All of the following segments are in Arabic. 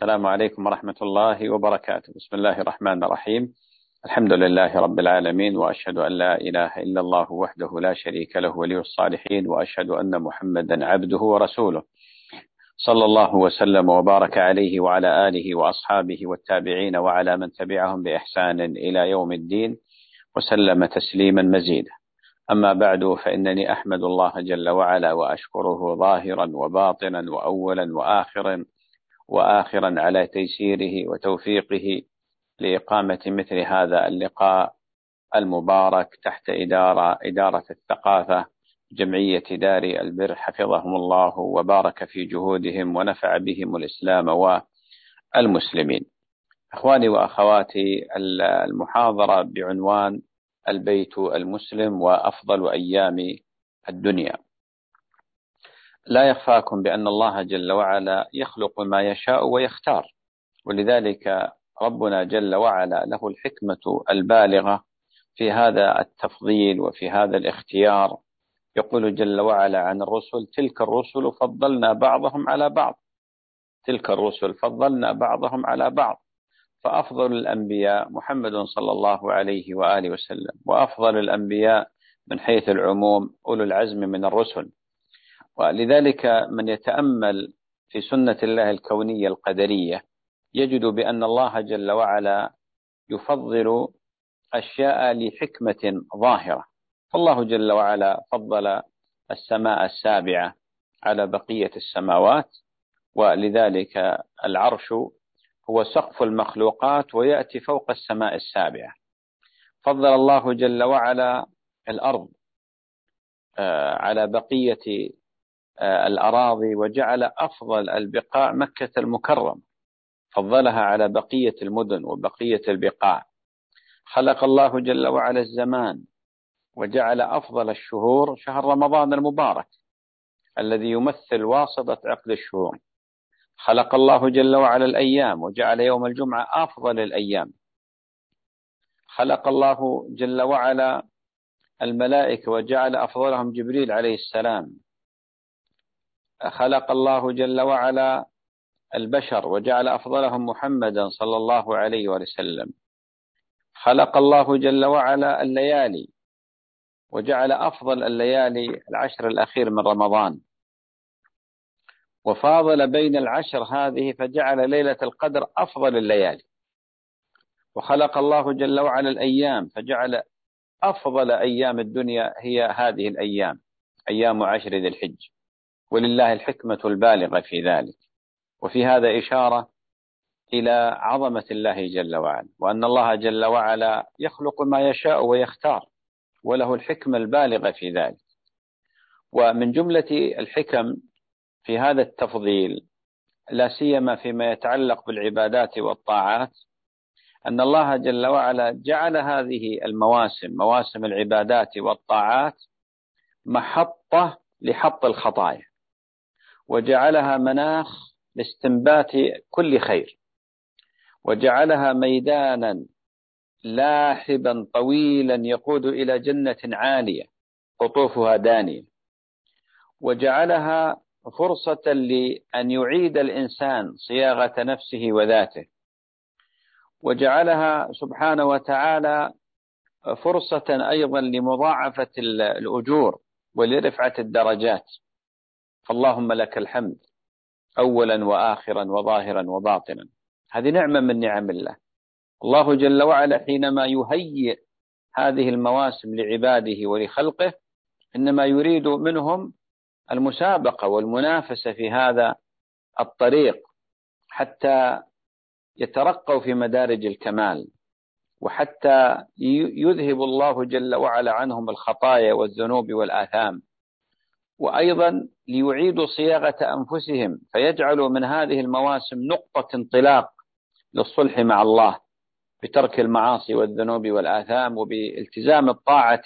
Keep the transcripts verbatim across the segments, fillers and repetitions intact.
السلام عليكم ورحمة الله وبركاته. بسم الله الرحمن الرحيم. الحمد لله رب العالمين، وأشهد أن لا إله إلا الله وحده لا شريك له ولي الصالحين، وأشهد أن محمدا عبده ورسوله، صلى الله وسلم وبارك عليه وعلى آله وأصحابه والتابعين وعلى من تبعهم بإحسان إلى يوم الدين، وسلم تسليما مزيدا. أما بعد، فإنني أحمد الله جل وعلا وأشكره ظاهرا وباطنا وأولا وآخرا وآخرا على تيسيره وتوفيقه لإقامة مثل هذا اللقاء المبارك تحت إدارة إدارة الثقافة، جمعية دار البر، حفظهم الله وبارك في جهودهم ونفع بهم الإسلام والمسلمين. أخواني وأخواتي، المحاضرة بعنوان البيت المسلم وأفضل أيام الدنيا. لا يخفاكم بأن الله جل وعلا يخلق ما يشاء ويختار، ولذلك ربنا جل وعلا له الحكمة البالغة في هذا التفضيل وفي هذا الاختيار. يقول جل وعلا عن الرسل: تلك الرسل فضلنا بعضهم على بعض. تلك الرسل فضلنا بعضهم على بعض، فأفضل الأنبياء محمد صلى الله عليه وآله وسلم، وأفضل الأنبياء من حيث العموم أولو العزم من الرسل. ولذلك من يتأمل في سنة الله الكونية القدرية يجد بأن الله جل وعلا يفضل أشياء لحكمة ظاهرة. فالله جل وعلا فضل السماء السابعة على بقية السماوات، ولذلك العرش هو سقف المخلوقات ويأتي فوق السماء السابعة. فضل الله جل وعلا الأرض على بقية الأراضي وجعل أفضل البقاع مكة المكرمة، فضلها على بقية المدن وبقية البقاع. خلق الله جل وعلا الزمان وجعل أفضل الشهور شهر رمضان المبارك الذي يمثل واسطة عقد الشهور. خلق الله جل وعلا الأيام وجعل يوم الجمعة أفضل الأيام. خلق الله جل وعلا الملائكة وجعل أفضلهم جبريل عليه السلام. خلق الله جل وعلا البشر وجعل أفضلهم محمدا صلى الله عليه وسلم. خلق الله جل وعلا الليالي وجعل أفضل الليالي العشر الأخير من رمضان، وفاضل بين العشر هذه فجعل ليلة القدر أفضل الليالي. وخلق الله جل وعلا الأيام فجعل أفضل أيام الدنيا هي هذه الأيام، أيام عشر ذي الحج، ولله الحكمة البالغة في ذلك. وفي هذا إشارة إلى عظمة الله جل وعلا، وأن الله جل وعلا يخلق ما يشاء ويختار، وله الحكمة البالغة في ذلك. ومن جملة الحكم في هذا التفضيل، لا سيما فيما يتعلق بالعبادات والطاعات، أن الله جل وعلا جعل هذه المواسم، مواسم العبادات والطاعات، محطة لحط الخطايا، وجعلها مناخ لاستنبات كل خير، وجعلها ميدانا لاحبا طويلا يقود إلى جنة عالية قطوفها دانية، وجعلها فرصة لأن يعيد الإنسان صياغة نفسه وذاته، وجعلها سبحانه وتعالى فرصة أيضا لمضاعفة الأجور ولرفعة الدرجات. فاللهم لك الحمد أولا وآخرا وظاهرا وباطنا. هذه نعمة من نعم الله. الله جل وعلا حينما يهيئ هذه المواسم لعباده ولخلقه إنما يريد منهم المسابقة والمنافسة في هذا الطريق حتى يترقوا في مدارج الكمال، وحتى يذهب الله جل وعلا عنهم الخطايا والذنوب والآثام، وأيضا ليعيدوا صياغة أنفسهم فيجعلوا من هذه المواسم نقطة انطلاق للصلح مع الله بترك المعاصي والذنوب والآثام وبالتزام الطاعة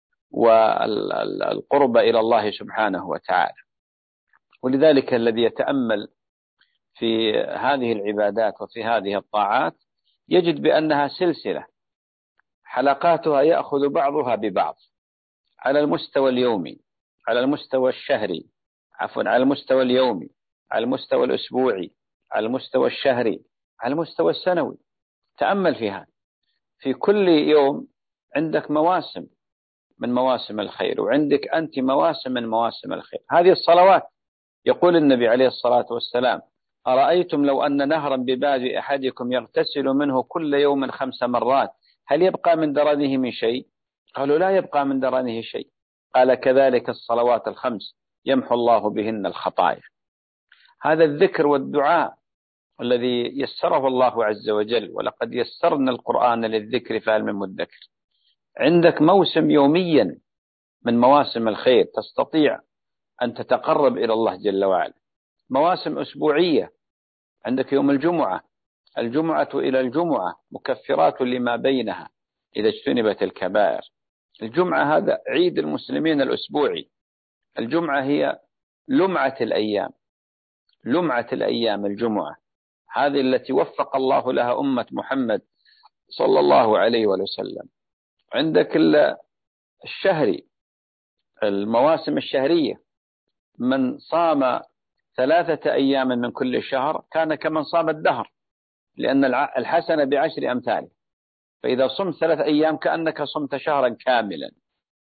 والقرب إلى الله سبحانه وتعالى. ولذلك الذي يتأمل في هذه العبادات وفي هذه الطاعات يجد بأنها سلسلة حلقاتها يأخذ بعضها ببعض على المستوى اليومي، على المستوى الشهري، عفوا على المستوى اليومي، على المستوى الأسبوعي، على المستوى الشهري، على المستوى السنوي. تأمل فيها، في كل يوم عندك مواسم من مواسم الخير، وعندك أنت مواسم من مواسم الخير. هذه الصلوات، يقول النبي عليه الصلاة والسلام: أرأيتم لو أن نهرا بباب أحدكم يغتسل منه كل يوم خمس مرات هل يبقى من درنه من شيء؟ قالوا: لا يبقى من درنه شيء. قال: كذلك الصلوات الخمس يمحو الله بهن الخطايا. هذا الذكر والدعاء الذي يسره الله عز وجل، ولقد يسرنا القرآن للذكر فهل من مدكر. عندك موسم يوميا من مواسم الخير تستطيع أن تتقرب إلى الله جل وعلا. مواسم أسبوعية، عندك يوم الجمعة، الجمعة إلى الجمعة مكفرات لما بينها إذا اجتنبت الكبائر. الجمعة هذا عيد المسلمين الأسبوعي. الجمعة هي لمعة الأيام، لمعة الأيام الجمعة، هذه التي وفق الله لها أمة محمد صلى الله عليه وسلم. عندك الشهري، المواسم الشهرية، من صام ثلاثة أيام من كل شهر كان كمن صام الدهر، لأن الحسنة بعشر أمثاله، فإذا صمت ثلاثة أيام كأنك صمت شهرا كاملا.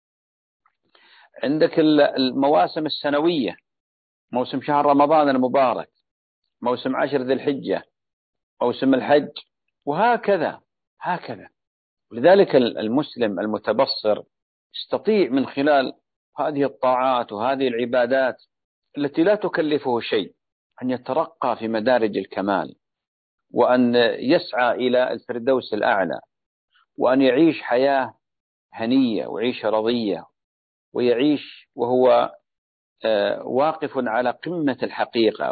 عندك المواسم السنوية، موسم شهر رمضان المبارك، موسم عشر ذي الحجة، موسم الحج، وهكذا هكذا. لذلك المسلم المتبصر يستطيع من خلال هذه الطاعات وهذه العبادات التي لا تكلفه شيء أن يترقى في مدارج الكمال، وأن يسعى إلى الفردوس الأعلى، وأن يعيش حياة هنية وعيشة رضية، ويعيش وهو واقف على قمة الحقيقة،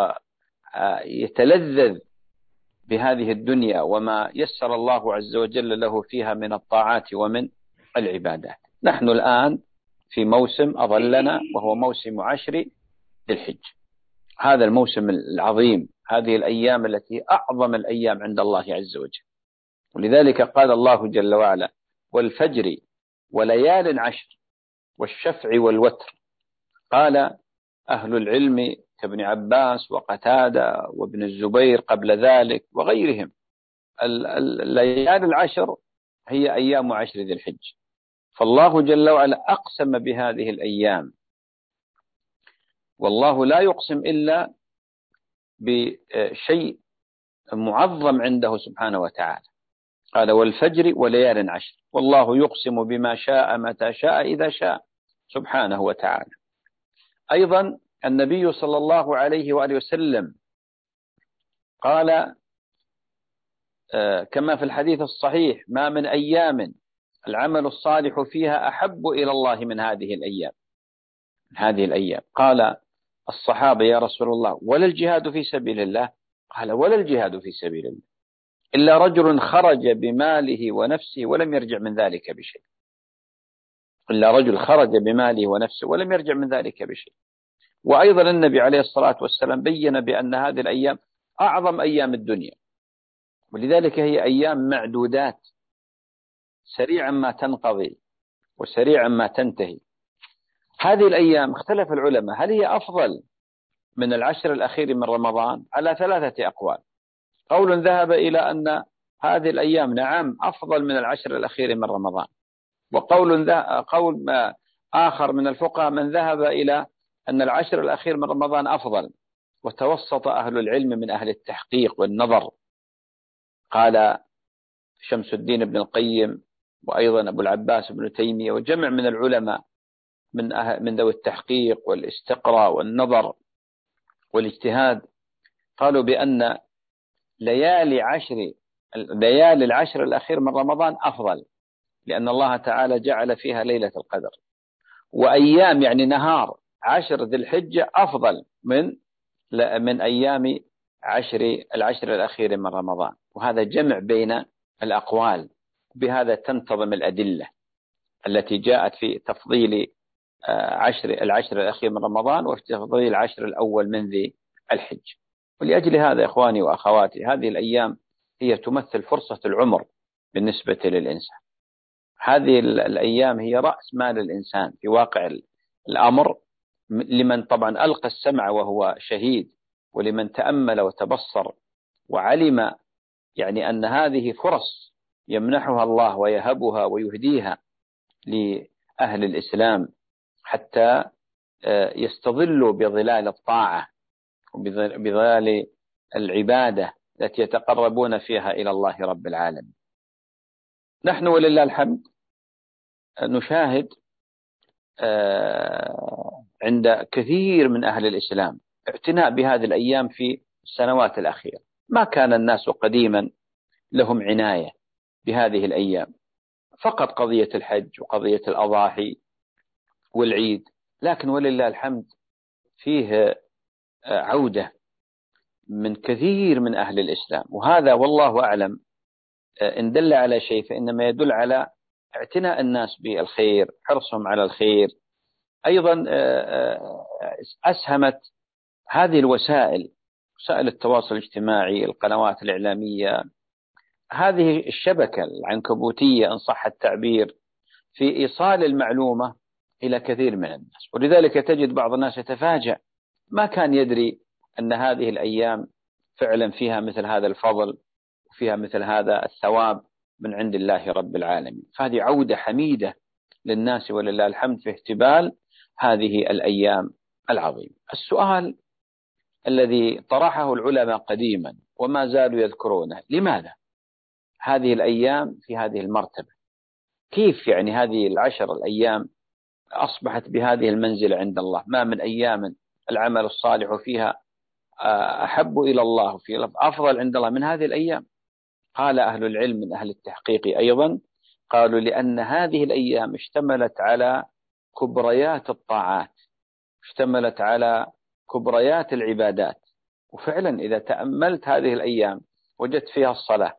ويتلذذ بهذه الدنيا وما يسر الله عز وجل له فيها من الطاعات ومن العبادات. نحن الآن في موسم أظلنا، وهو موسم عشر ذي الحج، هذا الموسم العظيم، هذه الأيام التي أعظم الأيام عند الله عز وجل. ولذلك قال الله جل وعلا: والفجر وليال عشر والشفع والوتر. قال أهل العلم كابن عباس وقتادة وابن الزبير قبل ذلك وغيرهم: الليالي العشر هي أيام عشر ذي الحج، فالله جل وعلا أقسم بهذه الأيام، والله لا يقسم إلا بشيء معظم عنده سبحانه وتعالى. قال: والفجر وليال عشر، والله يقسم بما شاء متى شاء إذا شاء سبحانه وتعالى. أيضا النبي صلى الله عليه وآله وسلم قال كما في الحديث الصحيح: ما من أيام العمل الصالح فيها أحب إلى الله من هذه الأيام، من هذه الأيام. قال الصحابة: يا رسول الله ولا الجهاد في سبيل الله؟ قال: ولا الجهاد في سبيل الله إلا رجل خرج بماله ونفسه ولم يرجع من ذلك بشيء، إلا رجل خرج بماله ونفسه ولم يرجع من ذلك بشيء. وأيضا النبي عليه الصلاة والسلام بين بأن هذه الأيام أعظم أيام الدنيا، ولذلك هي أيام معدودات، سريعا ما تنقضي وسريعا ما تنتهي. هذه الأيام اختلف العلماء هل هي أفضل من العشر الأخير من رمضان على ثلاثة أقوال. قول ذهب إلى أن هذه الأيام نعم أفضل من العشر الأخير من رمضان، وقول قول آخر من الفقهاء من ذهب إلى أن العشر الأخير من رمضان أفضل. وتوسط أهل العلم من أهل التحقيق والنظر، قال شمس الدين ابن القيم وأيضا أبو العباس ابن تيمية وجمع من العلماء من أهل من ذوي التحقيق والاستقراء والنظر والاجتهاد، قالوا بأن ليالي عشر ليالي العشر الأخير من رمضان أفضل، لأن الله تعالى جعل فيها ليلة القدر. وأيام يعني نهار عشر ذي الحجة أفضل من من أيام عشر العشر الأخير من رمضان. وهذا جمع بين الأقوال، بهذا تنتظم الأدلة التي جاءت في تفضيل عشر العشر الأخير من رمضان وفي تفضيل العشر الأول من ذي الحج. ولأجل هذا إخواني وأخواتي هذه الأيام هي تمثل فرصة العمر بالنسبة للإنسان. هذه الأيام هي رأس مال الإنسان في واقع الأمر، لمن طبعا ألقى السمع وهو شهيد ولمن تأمل وتبصر وعلم يعني أن هذه فرص يمنحها الله ويهبها ويهديها لأهل الإسلام حتى يستظلوا بظلال الطاعة وبظلال العبادة التي يتقربون فيها إلى الله رب العالمين. نحن ولله الحمد نشاهد عند كثير من أهل الإسلام اعتناء بهذه الأيام في السنوات الأخيرة. ما كان الناس قديما لهم عناية بهذه الأيام، فقط قضية الحج وقضية الأضاحي والعيد، لكن ولله الحمد فيه عودة من كثير من أهل الإسلام، وهذا والله أعلم إن دل على شيء فإنما يدل على اعتناء الناس بالخير، حرصهم على الخير. أيضا أسهمت هذه الوسائل، وسائل التواصل الاجتماعي، القنوات الإعلامية، هذه الشبكة العنكبوتية إن صح التعبير، في إيصال المعلومة إلى كثير من الناس. ولذلك تجد بعض الناس يتفاجأ، ما كان يدري أن هذه الأيام فعلا فيها مثل هذا الفضل وفيها مثل هذا الثواب من عند الله رب العالمين. فهذه عودة حميدة للناس ولله الحمد في احتبال هذه الأيام العظيمة. السؤال الذي طرحه العلماء قديما وما زالوا يذكرونه، لماذا هذه الأيام في هذه المرتبة؟ كيف يعني هذه العشر الأيام أصبحت بهذه المنزلة عند الله؟ ما من أيام العمل الصالح فيها أحب إلى الله في أفضل عند الله من هذه الأيام؟ قال أهل العلم من أهل التحقيق أيضا، قالوا لأن هذه الأيام اشتملت على كبريات الطاعات، اشتملت على كبريات العبادات. وفعلا إذا تأملت هذه الأيام وجدت فيها الصلاة،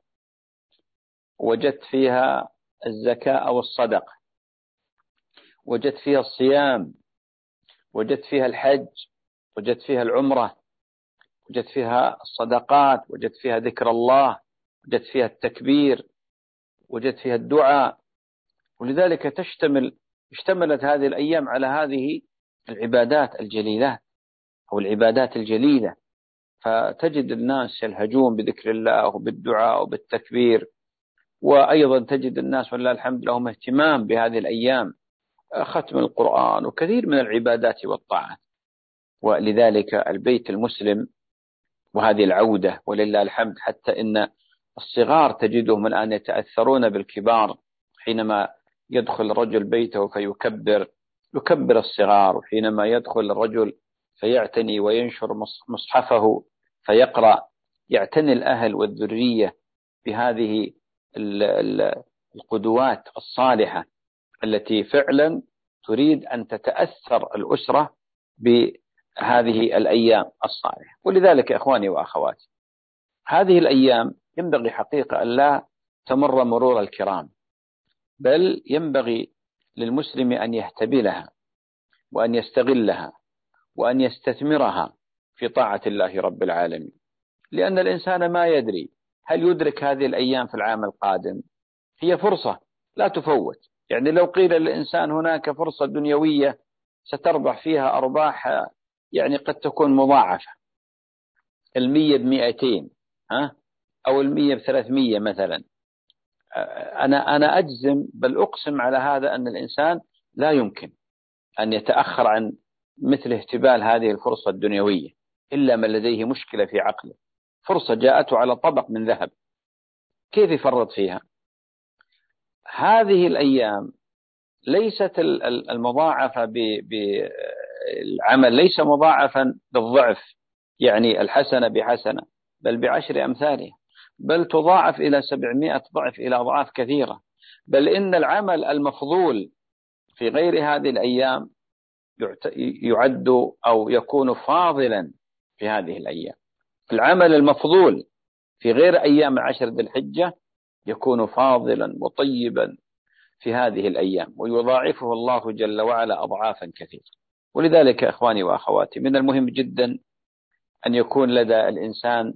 وجدت فيها الزكاة والصدقة، وجدت فيها الصيام، وجدت فيها الحج، وجدت فيها العمرة، وجدت فيها الصدقات، وجدت فيها ذكر الله، وجدت فيها التكبير، وجدت فيها الدعاء. ولذلك تشتمل اشتملت هذه الأيام على هذه العبادات الجليلات أو العبادات الجليلة. فتجد الناس يلهجون بذكر الله وبالدعاء وبالتكبير، وأيضا تجد الناس ولله الحمد لهم اهتمام بهذه الأيام، ختم القرآن وكثير من العبادات والطاعات. ولذلك البيت المسلم وهذه العودة ولله الحمد، حتى إن الصغار تجدهم الآن يتأثرون بالكبار، حينما يدخل الرجل بيته فيكبر يكبر الصغار، وحينما يدخل الرجل فيعتني وينشر مصحفه فيقرأ، يعتني الأهل والذرية بهذه القدوات الصالحة التي فعلا تريد أن تتأثر الأسرة بهذه الأيام الصالحة. ولذلك إخواني وأخواتي، هذه الأيام ينبغي حقيقة أن لا تمر مرور الكرام، بل ينبغي للمسلم أن يهتبلها وأن يستغلها وأن يستثمرها في طاعة الله رب العالمين، لأن الإنسان ما يدري هل يدرك هذه الأيام في العام القادم. هي فرصة لا تفوت. يعني لو قيل للإنسان هناك فرصة دنيوية ستربح فيها أرباح يعني قد تكون مضاعفة، المية بمئتين ها أو المية بثلاثمية مثلا، أنا أنا أجزم بل أقسم على هذا أن الإنسان لا يمكن أن يتأخر عن مثل اهتبال هذه الفرصة الدنيوية إلا من لديه مشكلة في عقله. فرصة جاءته على طبق من ذهب، كيف يفرط فيها؟ هذه الأيام ليست المضاعفة بالعمل ليس مضاعفا بالضعف، يعني الحسنة بحسنة، بل بعشر أمثالها، بل تضاعف إلى سبعمائة ضعف، إلى أضعاف كثيرة. بل إن العمل المفضول في غير هذه الأيام يعد أو يكون فاضلا في هذه الأيام. العمل المفضول في غير أيام عشر ذي الحجة يكون فاضلا وطيبا في هذه الأيام، ويضاعفه الله جل وعلا أضعافا كثيرة. ولذلك إخواني وأخواتي، من المهم جدا أن يكون لدى الإنسان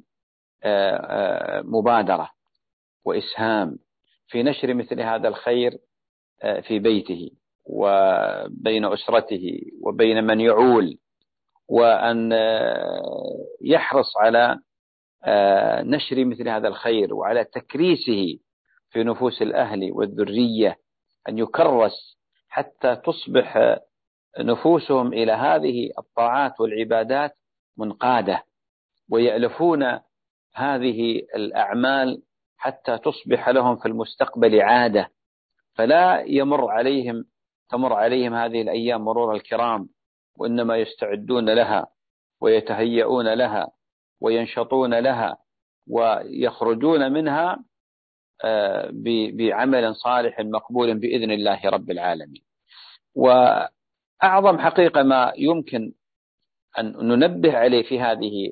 مبادرة وإسهام في نشر مثل هذا الخير في بيته وبين أسرته وبين من يعول وأن يحرص على نشر مثل هذا الخير وعلى تكريسه في نفوس الأهل والذرية، أن يكرس حتى تصبح نفوسهم إلى هذه الطاعات والعبادات منقادة، ويألفون هذه الأعمال حتى تصبح لهم في المستقبل عادة، فلا يمر عليهم تمر عليهم هذه الأيام مرور الكرام، وإنما يستعدون لها ويتهيئون لها وينشطون لها ويخرجون منها بعمل صالح مقبول بإذن الله رب العالمين. وأعظم حقيقة ما يمكن أن ننبه عليه في هذه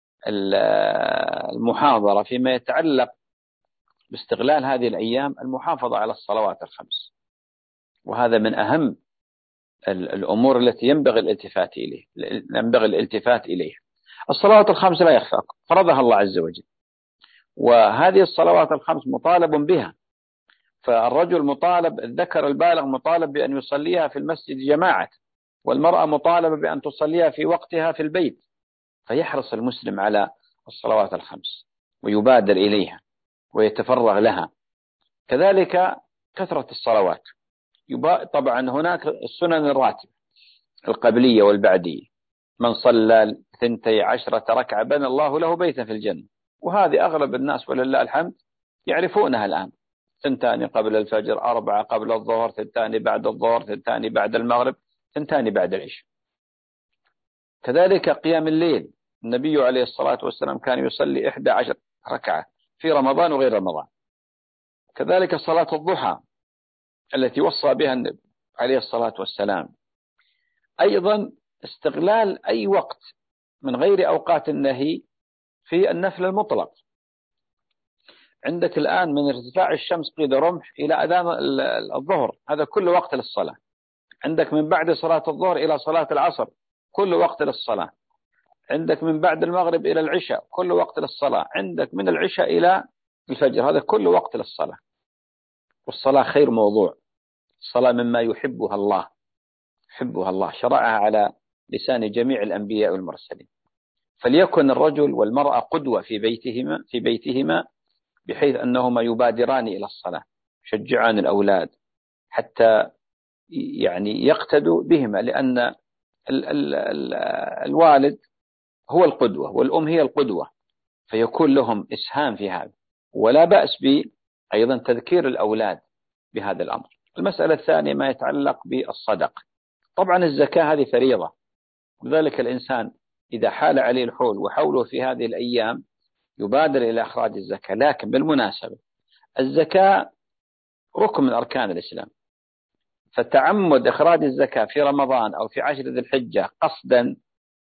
المحاضرة فيما يتعلق باستغلال هذه الأيام المحافظة على الصلوات الخمس، وهذا من أهم الأمور التي ينبغي الالتفات إليه ينبغي الالتفات إليها. الصلوات الخمس لا يخفى فرضها الله عز وجل، وهذه الصلوات الخمس مطالب بها، فالرجل مطالب، الذكر البالغ مطالب بأن يصليها في المسجد جماعة، والمرأة مطالبة بأن تصليها في وقتها في البيت، فيحرص المسلم على الصلوات الخمس ويبادر إليها ويتفرغ لها. كذلك كثرة الصلوات، طبعا هناك السنن الراتبة القبلية والبعدية، من صلى ثنتي عشرة ركعة بنى الله له بيتا في الجنة، وهذه أغلب الناس ولله الحمد يعرفونها الآن، ثنتان قبل الفجر، أربعة قبل الظهر، ثنتان بعد الظهر، ثنتان بعد المغرب، ثنتان بعد العشاء. كذلك قيام الليل، النبي عليه الصلاة والسلام كان يصلي إحدى عشر ركعة في رمضان وغير رمضان. كذلك صلاة الضحى التي وصى بها النبي عليه الصلاة والسلام. أيضا استغلال أي وقت من غير أوقات النهي في النفل المطلق. عندك الآن من ارتفاع الشمس قيد رمح إلى أذان الظهر، هذا كل وقت للصلاة. عندك من بعد صلاة الظهر إلى صلاة العصر كل وقت للصلاة. عندك من بعد المغرب إلى العشاء كل وقت للصلاة. عندك من العشاء إلى الفجر هذا كل وقت للصلاة. والصلاة خير موضوع، الصلاة مما يحبها الله يحبها الله شرعها على لسان جميع الأنبياء والمرسلين، فليكن الرجل والمرأة قدوة في بيتهما في بيتهما بحيث أنهما يبادران إلى الصلاة، يشجعان الأولاد حتى يعني يقتدوا بهما، لأن ال ال ال الوالد هو القدوة والأم هي القدوة، فيكون لهم إسهام في هذا، ولا بأس بأيضا تذكير الأولاد بهذا الأمر. المسألة الثانية ما يتعلق بالصدق. طبعا الزكاة هذه فريضة، لذلك الإنسان إذا حال عليه الحول وحوله في هذه الأيام يبادر إلى إخراج الزكاة. لكن بالمناسبة الزكاة ركن من أركان الإسلام، فتعمد إخراج الزكاة في رمضان أو في عشر ذي الحجة قصدا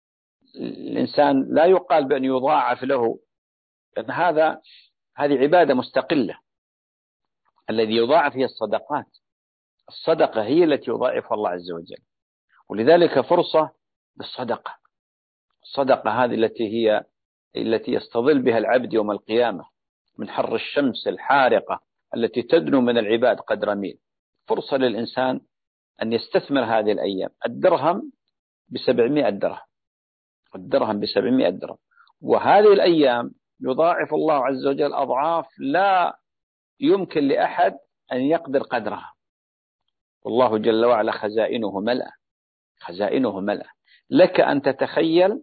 الإنسان لا يقال بأن يضاعف له، لأن هذا هذه عبادة مستقلة. الذي يضاعف هي الصدقات، الصدقة هي التي يضاعفها الله عز وجل، ولذلك فرصة بالصدقة. الصدقة هذه التي هي التي يستظل بها العبد يوم القيامة من حر الشمس الحارقة التي تدنو من العباد قدر ميل. فرصة للإنسان أن يستثمر هذه الأيام. الدرهم بسبعمائة درهم، الدرهم بسبعمائة درهم، وهذه الأيام يضاعف الله عز وجل أضعاف لا يمكن لأحد أن يقدر قدرها. والله جل وعلا خزائنه ملأ، خزائنه ملأ. لك أن تتخيل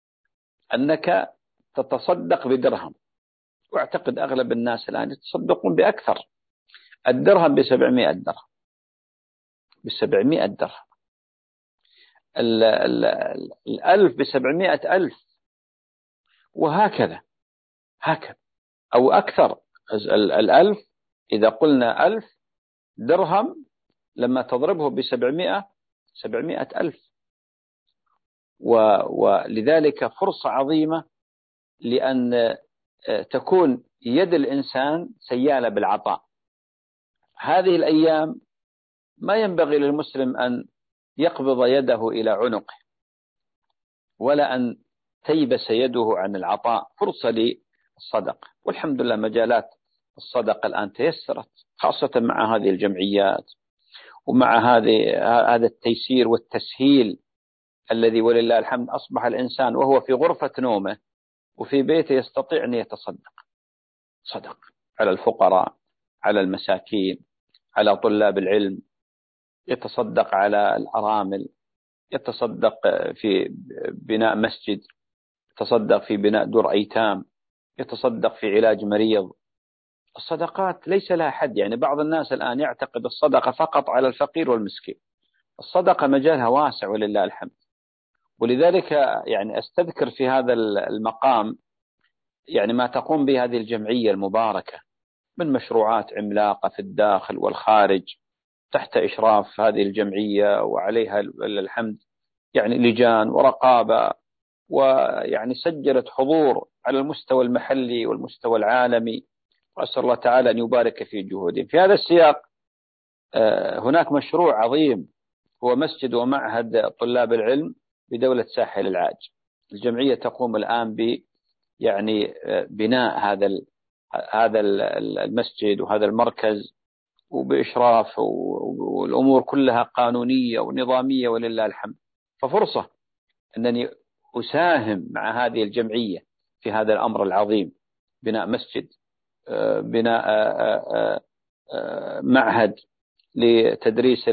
أنك تتصدق بدرهم، واعتقد أغلب الناس الآن يتصدقون بأكثر. الدرهم بسبعمائة درهم، بسبعمائة درهم. ال ال الألف بسبعمائة ألف، وهكذا هكذا أو أكثر. الألف إذا قلنا ألف درهم لما تضربه بسبعمائة سبعمائة ألف. ولذلك فرصة عظيمة لأن تكون يد الإنسان سيالة بالعطاء. هذه الأيام ما ينبغي للمسلم أن يقبض يده إلى عنقه ولا أن تيبس يده عن العطاء. فرصة للصدقة، والحمد لله مجالات الصدقة الآن تيسرت، خاصة مع هذه الجمعيات ومع هذه هذا التيسير والتسهيل الذي ولله الحمد أصبح الإنسان وهو في غرفة نومه وفي بيته يستطيع أن يتصدق، صدق على الفقراء، على المساكين، على طلاب العلم، يتصدق على الأرامل، يتصدق في بناء مسجد، يتصدق في بناء دور أيتام، يتصدق في علاج مريض. الصدقات ليس لها حد. يعني بعض الناس الآن يعتقد الصدقة فقط على الفقير والمسكين. الصدقة مجالها واسع ولله الحمد. ولذلك يعني أستذكر في هذا المقام يعني ما تقوم به هذه الجمعية المباركة من مشروعات عملاقة في الداخل والخارج تحت إشراف هذه الجمعية، وعليها الحمد يعني لجان ورقابة، ويعني سجلت حضور على المستوى المحلي والمستوى العالمي، وأسأل الله تعالى أن يبارك في جهودهم. في هذا السياق هناك مشروع عظيم هو مسجد ومعهد طلاب العلم بدولة ساحل العاج. الجمعية تقوم الآن ب يعني بناء هذا هذا المسجد وهذا المركز، وبإشراف، والأمور كلها قانونية ونظامية ولله الحمد. ففرصة أنني أساهم مع هذه الجمعية في هذا الأمر العظيم، بناء مسجد، بناء معهد لتدريس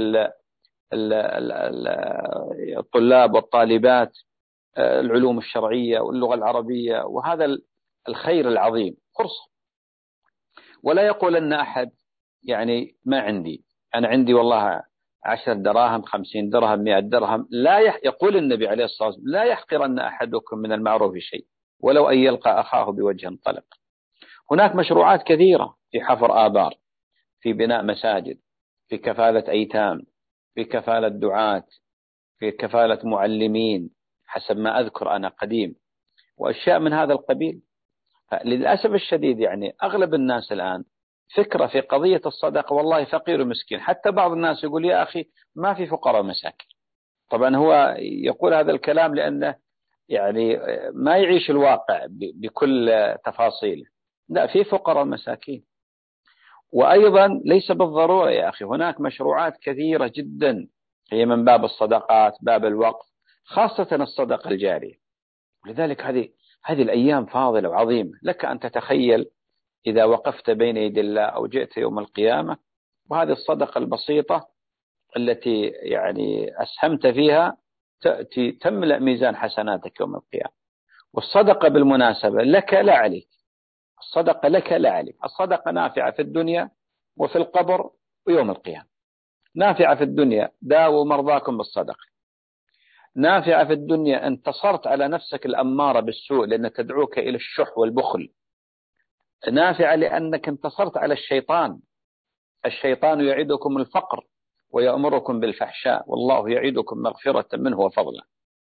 الطلاب والطالبات العلوم الشرعية واللغة العربية، وهذا الخير العظيم فرصة. ولا يقول أن أحد يعني ما عندي، أنا عندي والله عشر دراهم، خمسين درهم، مئة درهم. لا يح... يقول النبي عليه الصلاة والسلام: لا يحقرن أحدكم من المعروف شيء ولو أن يلقى أخاه بوجه طلق. هناك مشروعات كثيرة في حفر آبار، في بناء مساجد، في كفالة أيتام، في كفالة دعاة، في كفالة معلمين حسب ما أذكر أنا قديم، وأشياء من هذا القبيل. للأسف الشديد يعني أغلب الناس الآن فكرة في قضية الصدقة والله فقير ومسكين. حتى بعض الناس يقول: يا أخي ما في فقراء ومساكين. طبعا هو يقول هذا الكلام لأنه يعني ما يعيش الواقع بكل تفاصيله. لا، في فقراء ومساكين. وأيضا ليس بالضرورة يا أخي، هناك مشروعات كثيرة جدا هي من باب الصدقات، باب الوقف، خاصة الصدقة الجارية. لذلك هذه هذه الأيام فاضلة وعظيمة. لك أن تتخيل إذا وقفت بين يدي الله أو جئت يوم القيامة وهذه الصدقة البسيطة التي يعني أسهمت فيها تأتي تملأ ميزان حسناتك يوم القيامة. والصدقة بالمناسبة لك لا عليك، الصدقة لك لا عليك. الصدقة نافعة في الدنيا وفي القبر ويوم القيامة. نافعة في الدنيا: داووا مرضاكم بالصدقة. نافعة في الدنيا: انتصرت على نفسك الأمارة بالسوء لأن تدعوك إلى الشح والبخل. نافعة لأنك انتصرت على الشيطان. الشيطان يعدكم الفقر ويأمركم بالفحشاء والله يعدكم مغفرة منه وفضلا.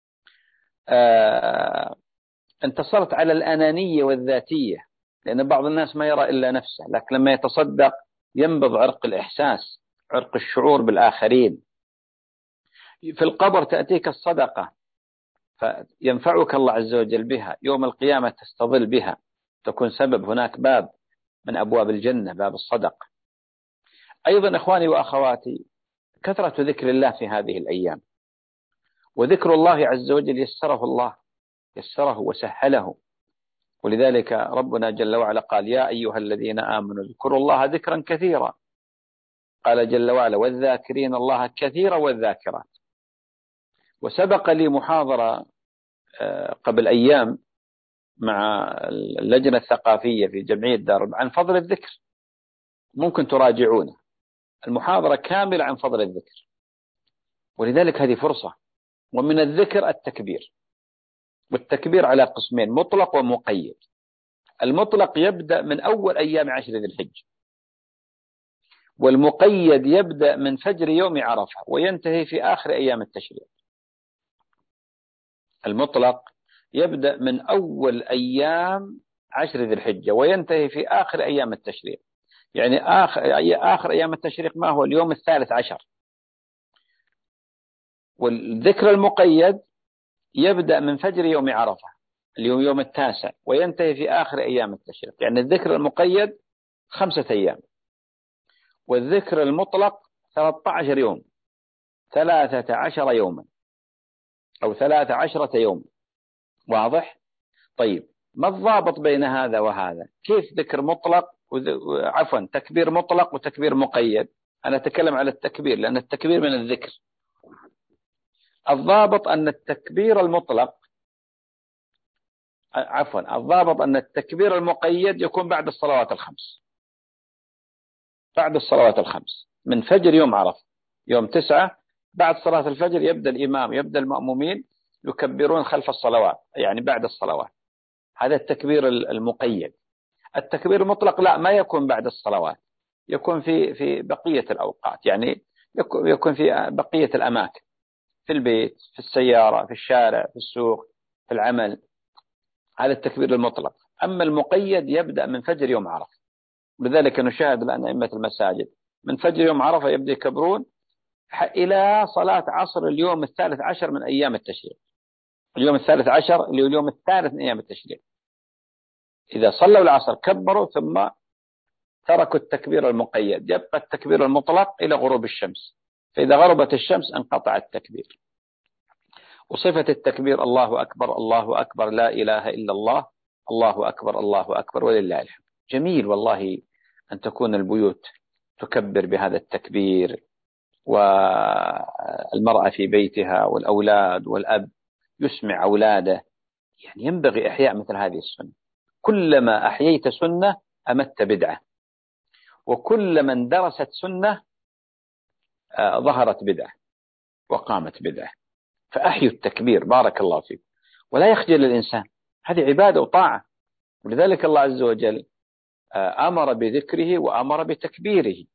آه انتصرت على الأنانية والذاتية، لأن بعض الناس ما يرى إلا نفسه، لكن لما يتصدق ينبض عرق الإحساس، عرق الشعور بالآخرين. في القبر تأتيك الصدقة فينفعك الله عز وجل بها، يوم القيامة تستظل بها، تكون سبب. هناك باب من أبواب الجنة، باب الصدقة. أيضا إخواني وأخواتي، كثرة ذكر الله في هذه الأيام، وذكر الله عز وجل يسره الله، يسره وسهله. ولذلك ربنا جل وعلا قال: يا أيها الذين آمنوا اذكروا الله ذكرا كثيرا. قال جل وعلا: والذاكرين الله كثيرا والذاكرات. وسبق لي محاضرة قبل أيام مع اللجنة الثقافية في جمعية دار عن فضل الذكر، ممكن تراجعونه، المحاضرة كاملة عن فضل الذكر. ولذلك هذه فرصة. ومن الذكر التكبير، والتكبير على قسمين: مطلق ومقيد. المطلق يبدأ من أول أيام عشر ذي الحجة، والمقيد يبدأ من فجر يوم عرفة وينتهي في آخر أيام التشريق. المطلق يبدأ من أول أيام عشر ذي الحجة وينتهي في آخر أيام التشريق. يعني آخر, آخر أيام التشريق ما هو؟ اليوم الثالث عشر. والذكر المقيد يبدأ من فجر يوم عرفة، اليوم يوم التاسع، وينتهي في آخر أيام التشريق. يعني الذكر المقيد خمسة أيام، والذكر المطلق ثلاثة عشر يوم، ثلاثة عشر يوما. أو ثلاث عشرة يوم. واضح؟ طيب، ما الضابط بين هذا وهذا؟ كيف ذكر مطلق عفوا تكبير مطلق وتكبير مقيد؟ أنا أتكلم على التكبير لأن التكبير من الذكر. الضابط أن التكبير المطلق عفوا الضابط أن التكبير المقيد يكون بعد الصلوات الخمس، بعد الصلوات الخمس من فجر يوم عرفة، يوم تسعة بعد صلاة الفجر يبدأ الإمام يبدأ المأمومين يكبرون خلف الصلوات، يعني بعد الصلوات. هذا التكبير المقيد. التكبير المطلق لا، ما يكون بعد الصلوات، يكون في في بقية الأوقات، يعني يكون في بقية الأماكن، في البيت، في السيارة، في الشارع، في السوق، في العمل. هذا التكبير المطلق. أما المقيد يبدأ من فجر يوم عرفة، لذلك نشاهد الآن أئمة المساجد من فجر يوم عرفة يبدأ يكبرون إلى صلاة عصر اليوم الثالث عشر من أيام التشريق. اليوم الثالث عشر اللي هو اليوم الثالث من أيام التشريق، إذا صلوا العصر كبروا ثم تركوا التكبير المقيد، يبقى التكبير المطلق إلى غروب الشمس، فإذا غربت الشمس انقطع التكبير. وصفة التكبير الله أكبر الله أكبر لا إله إلا الله، الله أكبر الله أكبر ولله الحمد. جميل والله أن تكون البيوت تكبر بهذا التكبير، والمرأة في بيتها والأولاد والأب يسمع أولاده. يعني ينبغي إحياء مثل هذه السنة. كلما أحييت سنة أمت بدعة، وكلما اندرست سنة ظهرت بدعة وقامت بدعة. فأحيوا التكبير بارك الله فيك، ولا يخجل الإنسان، هذه عبادة وطاعة. ولذلك الله عز وجل أمر بذكره وأمر بتكبيره،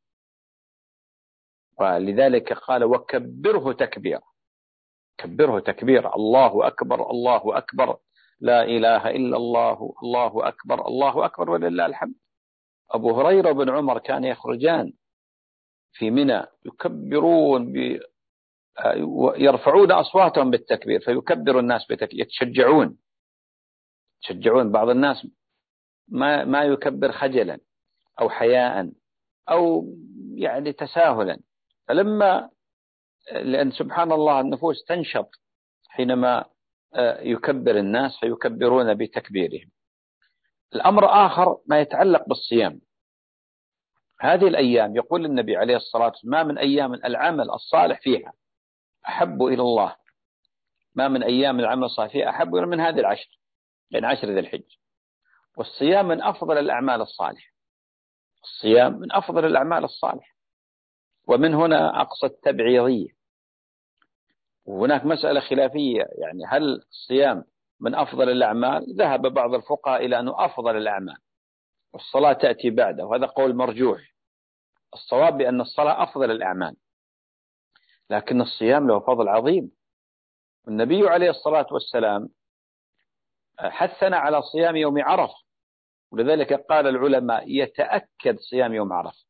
ولذلك قال وكبره تكبيرا. كبره تكبيرا، الله أكبر الله أكبر لا إله إلا الله، الله أكبر الله أكبر ولله الحمد. أبو هريرة وابن عمر كان يخرجان في منى يكبرون ب... يرفعون أصواتهم بالتكبير، فيكبر الناس بتكبير، يتشجعون يتشجعون. بعض الناس ما ما يكبر خجلا أو حياء أو يعني تساهلا، فلما لأن سبحان الله النفوس تنشط حينما يكبر الناس فيكبرون بتكبيرهم. الأمر آخر ما يتعلق بالصيام. هذه الأيام يقول النبي عليه الصلاة والسلام ما من أيام العمل الصالح فيها أحب إلى الله، ما من أيام العمل الصالح فيها أحب من هذه العشر، يعني عشر ذي الحج. والصيام من أفضل الأعمال الصالحة، الصيام من أفضل الأعمال الصالحة. ومن هنا أقصى التبعيضية. وهناك مسألة خلافية، يعني هل الصيام من أفضل الأعمال؟ ذهب بعض الفقهاء إلى أنه أفضل الأعمال والصلاة تأتي بعده، وهذا قول مرجوح. الصواب بأن الصلاة أفضل الأعمال، لكن الصيام له فضل عظيم. والنبي عليه الصلاة والسلام حثنا على صيام يوم عرفة، ولذلك قال العلماء يتأكد صيام يوم عرفة،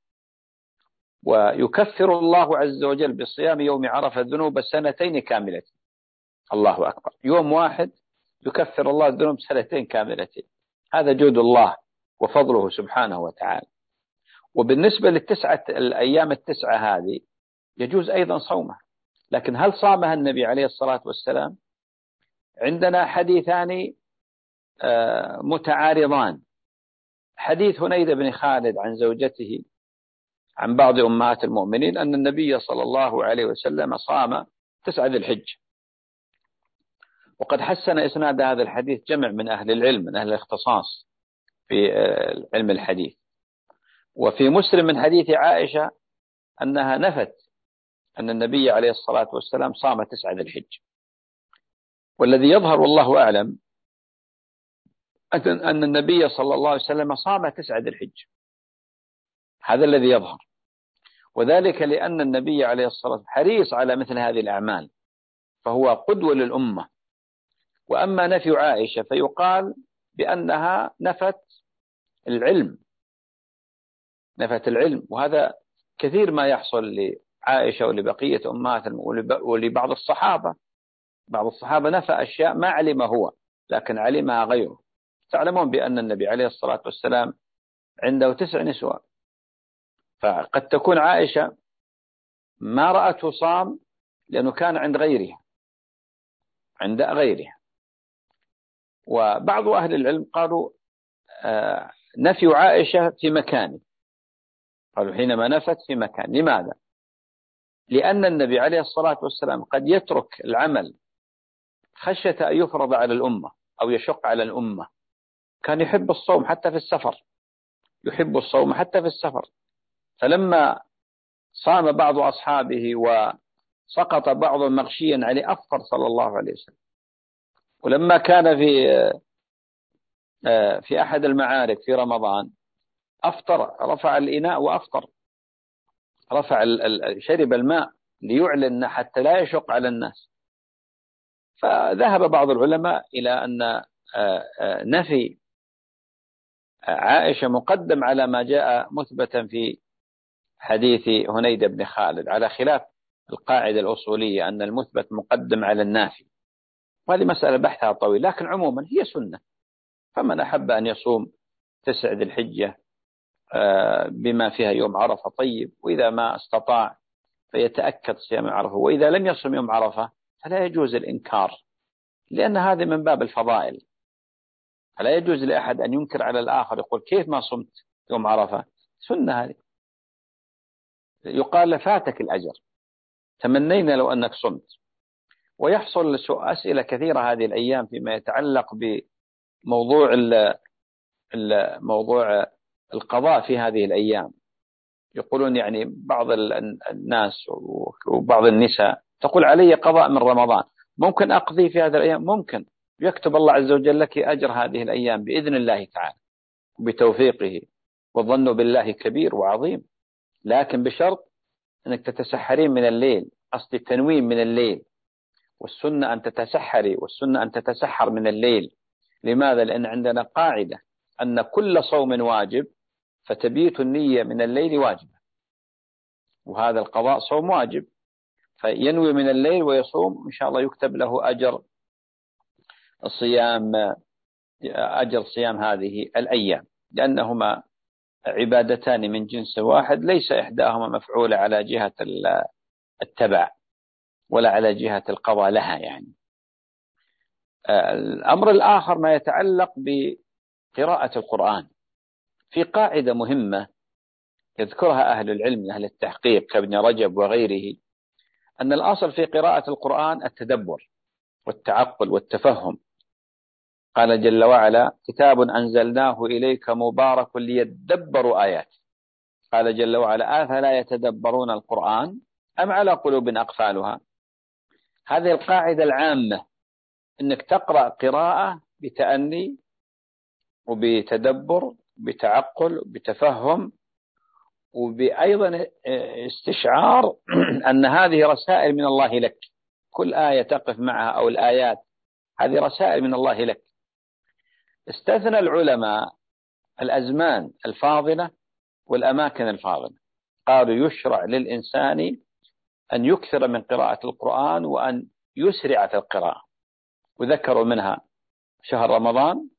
ويكفر الله عز وجل بصيام يوم عرفة ذنوب سنتين كاملة. الله أكبر، يوم واحد يكفر الله ذنوب سنتين كاملتين. هذا جود الله وفضله سبحانه وتعالى. وبالنسبة للتسعة الأيام التسعة هذه يجوز أيضا صومها، لكن هل صامها النبي عليه الصلاة والسلام؟ عندنا حديثان متعارضان. حديث هنيدة بن خالد عن زوجته عن بعض أمهات المؤمنين أن النبي صلى الله عليه وسلم صام تسعة ذي الحجة، وقد حسن إسناد هذا الحديث جمع من أهل العلم من أهل الاختصاص في علم الحديث. وفي مسلم من حديث عائشة أنها نفت أن النبي عليه الصلاة والسلام صام تسعة ذي الحجة. والذي يظهر والله أعلم أن النبي صلى الله عليه وسلم صام تسعة ذي الحجة، هذا الذي يظهر، وذلك لأن النبي عليه الصلاة والسلام حريص على مثل هذه الأعمال، فهو قدوة للأمة. وأما نفي عائشة فيقال بأنها نفت العلم، نفت العلم، وهذا كثير ما يحصل لعائشة ولبقية أمهات ولبعض الصحابة. بعض الصحابة نفى أشياء ما علم هو لكن علمها غيره. تعلمون بأن النبي عليه الصلاة والسلام عنده تسع نسوة، فقد تكون عائشة ما رأته صام لأنه كان عند غيرها، عند غيرها. وبعض أهل العلم قالوا آه نفي عائشة في مكانه، قالوا حينما نفت في مكان. لماذا؟ لأن النبي عليه الصلاة والسلام قد يترك العمل خشية أن يفرض على الأمة أو يشق على الأمة. كان يحب الصوم حتى في السفر، يحب الصوم حتى في السفر. فلما صام بعض أصحابه وسقط بعض مغشيا عليه أفطر صلى الله عليه وسلم. ولما كان في في أحد المعارك في رمضان أفطر، رفع الإناء وأفطر، رفع شرب الماء ليعلن حتى لا يشق على الناس. فذهب بعض العلماء إلى أن نفي عائشة مقدم على ما جاء مثبتا في حديث هنيد بن خالد، على خلاف القاعدة الأصولية أن المثبت مقدم على النافي. وهذه مسألة بحثها طويل، لكن عموما هي سنة. فمن أحب أن يصوم تسع ذي الحجة بما فيها يوم عرفة طيب، وإذا ما استطاع فيتأكد صيام عرفة، وإذا لم يصم يوم عرفة فلا يجوز الإنكار، لأن هذا من باب الفضائل. فلا يجوز لأحد أن ينكر على الآخر، يقول كيف ما صمت يوم عرفة؟ سنة هذه، يقال فاتك الأجر، تمنينا لو أنك صمت. ويحصل أسئلة كثيرة هذه الأيام فيما يتعلق بموضوع موضوع القضاء في هذه الأيام. يقولون يعني بعض الناس وبعض النساء تقول علي قضاء من رمضان، ممكن أقضي في هذه الأيام؟ ممكن، يكتب الله عز وجل لك أجر هذه الأيام بإذن الله تعالى بتوفيقه، والظن بالله كبير وعظيم. لكن بشرط أنك تتسحرين من الليل، قصد التنويم من الليل. والسنة أن تتسحري، والسنة أن تتسحر من الليل. لماذا؟ لأن عندنا قاعدة أن كل صوم واجب، فتبيت النية من الليل واجبة، وهذا القضاء صوم واجب، فينوي من الليل ويصوم إن شاء الله يكتب له أجر الصيام، أجر صيام هذه الأيام، لأنهما عبادتان من جنس واحد، ليس إحداهما مفعولة على جهة التبع ولا على جهة القضاء لها. يعني الأمر الآخر ما يتعلق بقراءة القرآن. في قاعدة مهمة يذكرها أهل العلم، أهل التحقيق كابن رجب وغيره، أن الأصل في قراءة القرآن التدبر والتعقل والتفهم. قال جل وعلا كتاب أنزلناه إليك مبارك ليدبروا آياته. قال جل وعلا أفلا يتدبرون القرآن أم على قلوب أقفالها. هذه القاعدة العامة، أنك تقرأ قراءة بتأني وبتدبر بتعقل بتفهم، وبأيضا استشعار أن هذه رسائل من الله لك. كل آية تقف معها أو الآيات هذه رسائل من الله لك. استثنى العلماء الأزمان الفاضلة والأماكن الفاضلة، قالوا يشرع للإنسان أن يكثر من قراءة القرآن وأن يسرع في القراءة، وذكروا منها شهر رمضان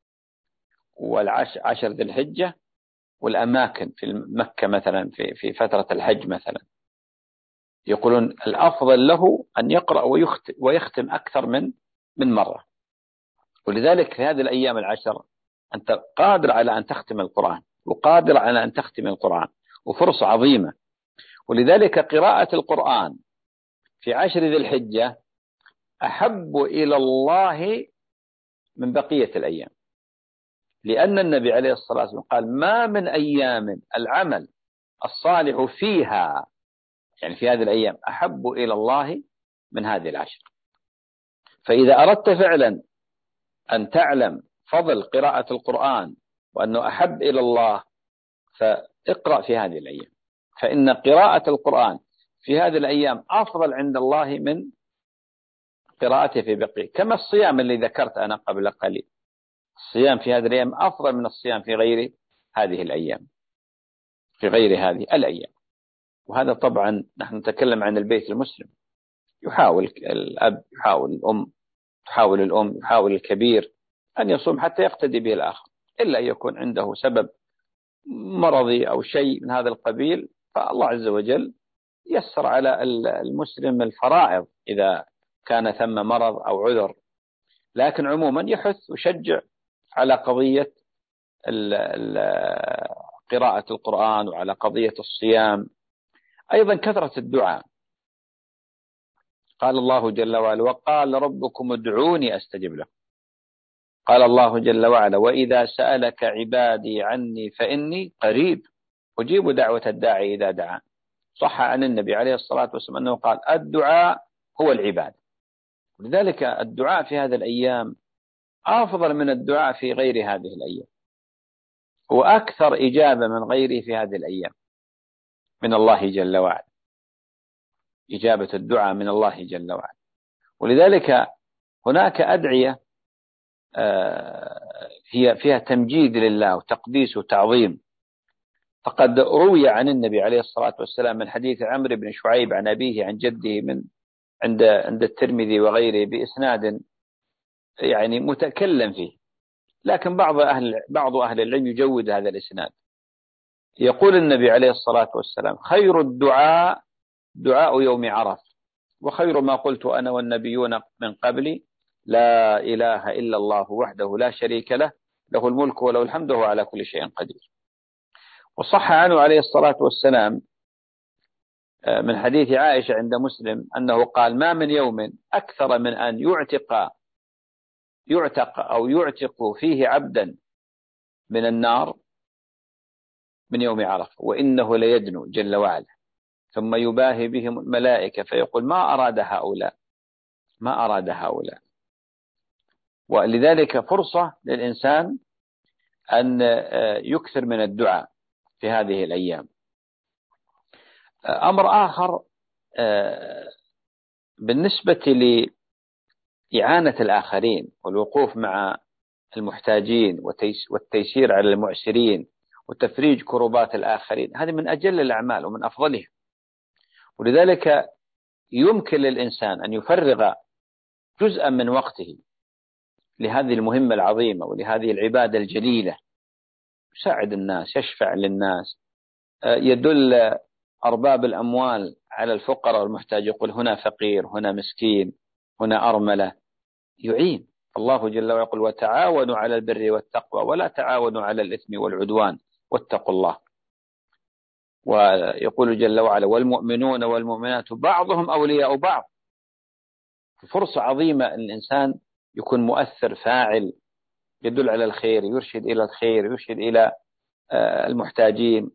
والعشر ذي الحجة، والأماكن في مكة مثلا في في فترة الحج مثلا. يقولون الأفضل له أن يقرأ ويختم أكثر من من مرة. ولذلك في هذه الأيام العشر أنت قادر على أن تختم القرآن، وقادر على أن تختم القرآن، وفرصة عظيمة. ولذلك قراءة القرآن في عشر ذي الحجة أحب إلى الله من بقية الأيام، لأن النبي عليه الصلاة والسلام قال ما من أيام العمل الصالح فيها، يعني في هذه الأيام، أحب إلى الله من هذه العشر. فإذا أردت فعلا أن تعلم فضل قراءة القرآن وأنه أحب إلى الله، فاقرأ في هذه الأيام، فإن قراءة القرآن في هذه الأيام أفضل عند الله من قراءته في بقية. كما الصيام اللي ذكرت أنا قبل قليل، الصيام في هذه الأيام أفضل من الصيام في غير هذه الأيام، في غير هذه الأيام. وهذا طبعا نحن نتكلم عن البيت المسلم، يحاول الأب، يحاول الأم، تحاول الأم، يحاول الكبير أن يصوم حتى يقتدي به الآخر، إلا أن يكون عنده سبب مرضي أو شيء من هذا القبيل، فالله عز وجل يسر على المسلم الفرائض إذا كان ثم مرض أو عذر. لكن عموما يحث ويشجع على قضية قراءة القرآن وعلى قضية الصيام. أيضا كثرة الدعاء. قال الله جل وعلا: وقال ربكم ادعوني أستجب لكم. قال الله جل وعلا: وإذا سألك عبادي عني فإني قريب أجيب دعوة الداعي إذا دعان. صح عن النبي عليه الصلاة والسلام أنه قال: الدعاء هو العبادة. لذلك الدعاء في هذه الأيام أفضل من الدعاء في غير هذه الأيام، وأكثر إجابة من غيره في هذه الأيام من الله جل وعلا. إجابة الدعاء من الله جل وعلا. ولذلك هناك أدعية هي فيها تمجيد لله وتقديس وتعظيم. فقد روي عن النبي عليه الصلاة والسلام من حديث عمرو بن شعيب عن أبيه عن جده من عند عند الترمذي وغيره بإسناد يعني متكلم فيه، لكن بعض أهل بعض أهل العلم يجود هذا الإسناد. يقول النبي عليه الصلاة والسلام: خير الدعاء دعاء يوم عرفة، وخير ما قلت أنا والنبيون من قبلي لا إله إلا الله وحده لا شريك له له الملك وله الحمد وهو على كل شيء قدير. وصح عنه عليه الصلاة والسلام من حديث عائشة عند مسلم أنه قال: ما من يوم أكثر من أن يعتق يعتق أو يعتق فيه عبدا من النار من يوم عرفة، وإنه ليدنو جل وعلا ثم يباهي بهم الملائكة فيقول: ما أراد هؤلاء ما أراد هؤلاء. ولذلك فرصة للإنسان أن يكثر من الدعاء في هذه الأيام. أمر آخر بالنسبة لإعانة الآخرين والوقوف مع المحتاجين والتيسير على المعسرين وتفريج كربات الآخرين، هذه من أجل الأعمال ومن أفضلها. ولذلك يمكن للإنسان أن يفرغ جزءا من وقته لهذه المهمة العظيمة ولهذه العبادة الجليلة، يساعد الناس، يشفع للناس، يدل أرباب الأموال على الفقراء والمحتاج، يقول هنا فقير هنا مسكين هنا أرملة، يعين. الله جل وعلا يقول: وتعاونوا على البر والتقوى ولا تعاونوا على الإثم والعدوان واتقوا الله. ويقول جل وعلا: والمؤمنون والمؤمنات بعضهم أولياء بعض. فرصة عظيمة أن الإنسان يكون مؤثر فاعل، يدل على الخير، يرشد إلى الخير، يرشد إلى المحتاجين.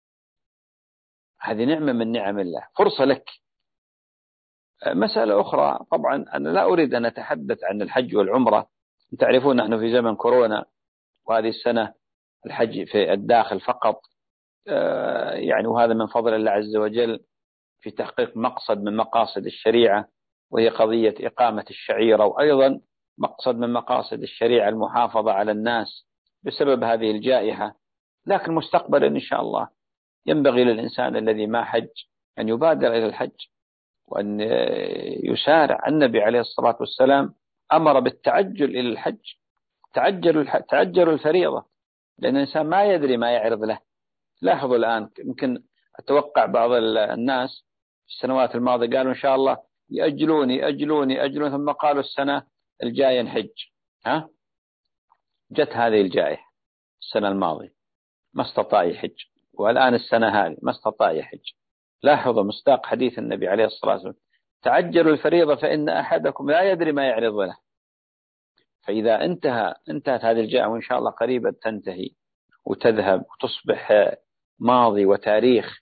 هذه نعمة من نعم الله، فرصة لك. مسألة أخرى، طبعا أنا لا أريد أن أتحدث عن الحج والعمرة. تعرفون نحن في زمن كورونا، وهذه السنة الحج في الداخل فقط، يعني وهذا من فضل الله عز وجل في تحقيق مقصد من مقاصد الشريعة، وهي قضية إقامة الشعيرة، وأيضا مقصد من مقاصد الشريعة المحافظة على الناس بسبب هذه الجائحة. لكن مستقبلا إن شاء الله ينبغي للإنسان الذي ما حج أن يبادر إلى الحج وأن يسارع. النبي عليه الصلاة والسلام أمر بالتعجل إلى الحج. تعجلوا تعجلوا الفريضة، لأن الإنسان ما يدري ما يعرض له. لاحظوا الآن، يمكن أتوقع بعض الناس في السنوات الماضية قالوا إن شاء الله يأجلون يأجلون يأجلون، ثم قالوا السنة الجاية نحج. ها جت هذه الجائحة السنة الماضية ما استطاع يحج، والآن السنة هذه ما استطاع يحج. لاحظوا مصداق حديث النبي عليه الصلاة والسلام: تعجلوا الفريضة فإن أحدكم لا يدري ما يعرض له. فإذا انتهى انتهت هذه الجائحة، وإن شاء الله قريبا تنتهي وتذهب وتصبح ماضي وتاريخ،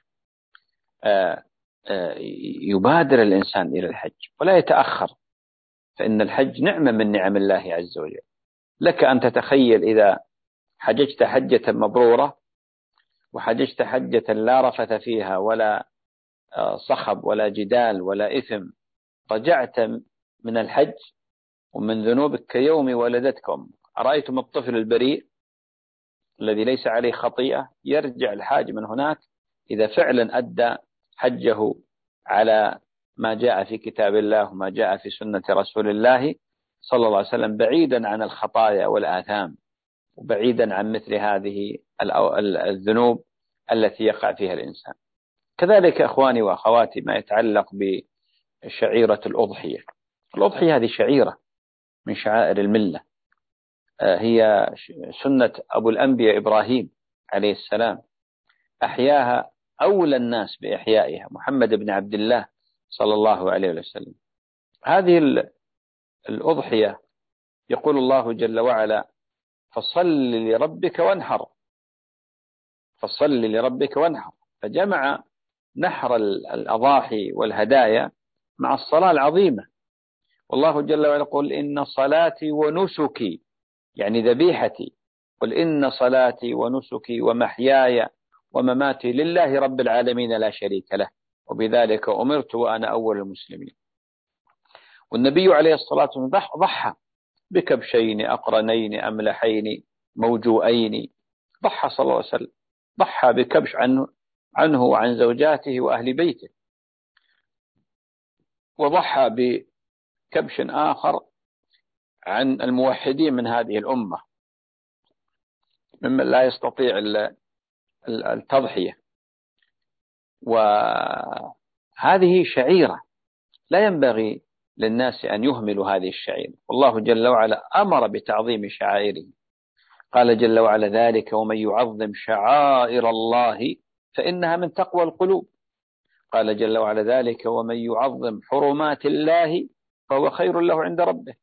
يبادر الإنسان إلى الحج ولا يتأخر، فإن الحج نعمة من نعم الله عز وجل. لك أن تتخيل إذا حججت حجة مبرورة وحججت حجة لا رفث فيها ولا صخب ولا جدال ولا إثم، رجعت من الحج ومن ذنوبك كيوم ولدتك أمك. أرأيتم الطفل البريء الذي ليس عليه خطيئة يرجع الحاج من هناك إذا فعلا أدى حجه على ما جاء في كتاب الله وما جاء في سنة رسول الله صلى الله عليه وسلم، بعيدا عن الخطايا والآثام وبعيدا عن مثل هذه الذنوب التي يقع فيها الإنسان. كذلك أخواني وأخواتي ما يتعلق بشعيرة الأضحية. الأضحية هذه شعيرة من شعائر الملة، هي سنة أبو الأنبياء إبراهيم عليه السلام، أحياها أولى الناس بإحيائها محمد بن عبد الله صلى الله عليه وسلم. هذه الأضحية يقول الله جل وعلا: فصل لربك وانحر، فصل لربك وانحر، فجمع نحر الأضاحي والهدايا مع الصلاة العظيمة. والله جل وعلا يقول: إن صلاتي ونسكي، يعني ذبيحتي، قل إن صلاتي ونسكي ومحياي ومماتي لله رب العالمين لا شريك له وبذلك أمرت وأنا أول المسلمين. والنبي عليه الصلاة والسلام ضحى بكبشين أقرنين أملحين موجوئين، ضحى صلى الله عليه وسلم، ضحى بكبش عنه, عنه وعن زوجاته وأهل بيته، وضحى بكبش آخر عن الموحدين من هذه الأمة ممن لا يستطيع التضحية. وهذه شعيرة لا ينبغي للناس أن يهملوا هذه الشعيرة، والله جل وعلا أمر بتعظيم شعائره، قال جل وعلا: ذلك ومن يعظم شعائر الله فإنها من تقوى القلوب. قال جل وعلا: ذلك ومن يعظم حرمات الله فهو خير له عند ربه.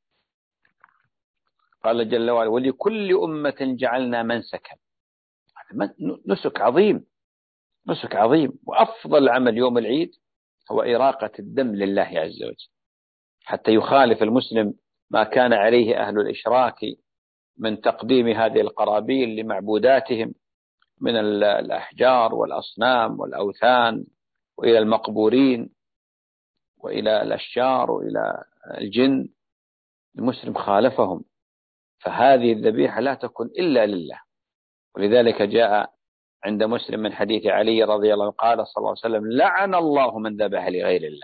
قال جل وعلا: ولكل أمة جعلنا منسكا. نسك عظيم، نسك عظيم. وأفضل عمل يوم العيد هو إراقة الدم لله عز وجل، حتى يخالف المسلم ما كان عليه أهل الإشراك من تقديم هذه القرابين لمعبوداتهم من الأحجار والأصنام والأوثان وإلى المقبورين وإلى الأشجار وإلى الجن. المسلم خالفهم، فهذه الذبيحة لا تكون إلا لله. ولذلك جاء عند مسلم من حديث علي رضي الله عنه قال صلى الله عليه وسلم: لعن الله من ذبح لغير الله.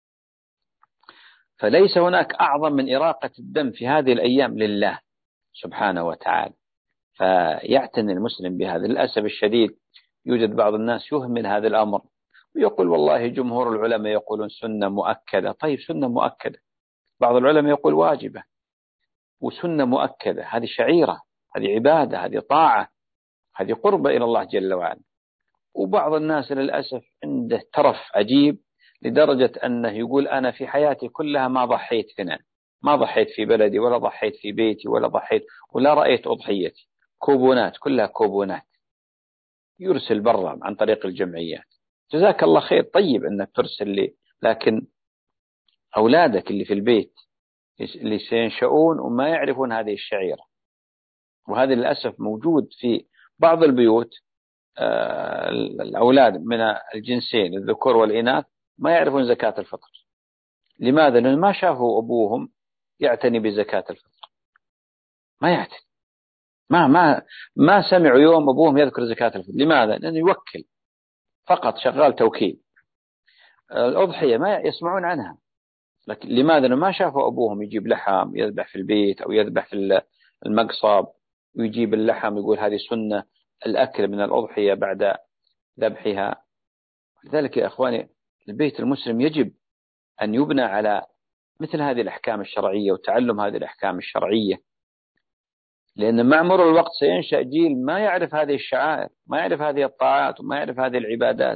فليس هناك أعظم من إراقة الدم في هذه الأيام لله سبحانه وتعالى. فيعتني المسلم بهذا. للأسف الشديد يوجد بعض الناس يهمل هذا الأمر ويقول: والله جمهور العلماء يقولون سنة مؤكدة. طيب، سنة مؤكدة، بعض العلماء يقول واجبة، وسنة مؤكدة، هذه شعيرة، هذه عبادة، هذه طاعة، هذه قربة إلى الله جل وعلا. وبعض الناس للأسف عنده ترف عجيب لدرجة أنه يقول: أنا في حياتي كلها ما ضحيت هنا، ما ضحيت في بلدي ولا ضحيت في بيتي ولا ضحيت ولا رأيت أضحيتي، كوبونات، كلها كوبونات، يرسل برا عن طريق الجمعيات. جزاك الله خير، طيب أنك ترسل لي، لكن أولادك اللي في البيت اللي سينشؤون وما يعرفون هذه الشعيرة. وهذا للأسف موجود في بعض البيوت، آه الأولاد من الجنسين الذكور والإناث ما يعرفون زكاة الفطر. لماذا؟ لأن ما شافوا أبوهم يعتني بزكاة الفطر، ما يعتني، ما ما ما سمعوا يوم أبوهم يذكر زكاة الفطر. لماذا؟ لأنه يوكل فقط، شغال توكيل. الأضحية ما يسمعون عنها، لكن لماذا؟ لأنه ما شافوا أبوهم يجيب لحم يذبح في البيت أو يذبح في المقصب ويجيب اللحم يقول هذه سنة الأكل من الأضحية بعد ذبحها. لذلك يا أخواني، البيت المسلم يجب أن يبنى على مثل هذه الأحكام الشرعية وتعلم هذه الأحكام الشرعية، لأن مع مرور الوقت سينشأ جيل ما يعرف هذه الشعائر، ما يعرف هذه الطاعات، وما يعرف هذه العبادات.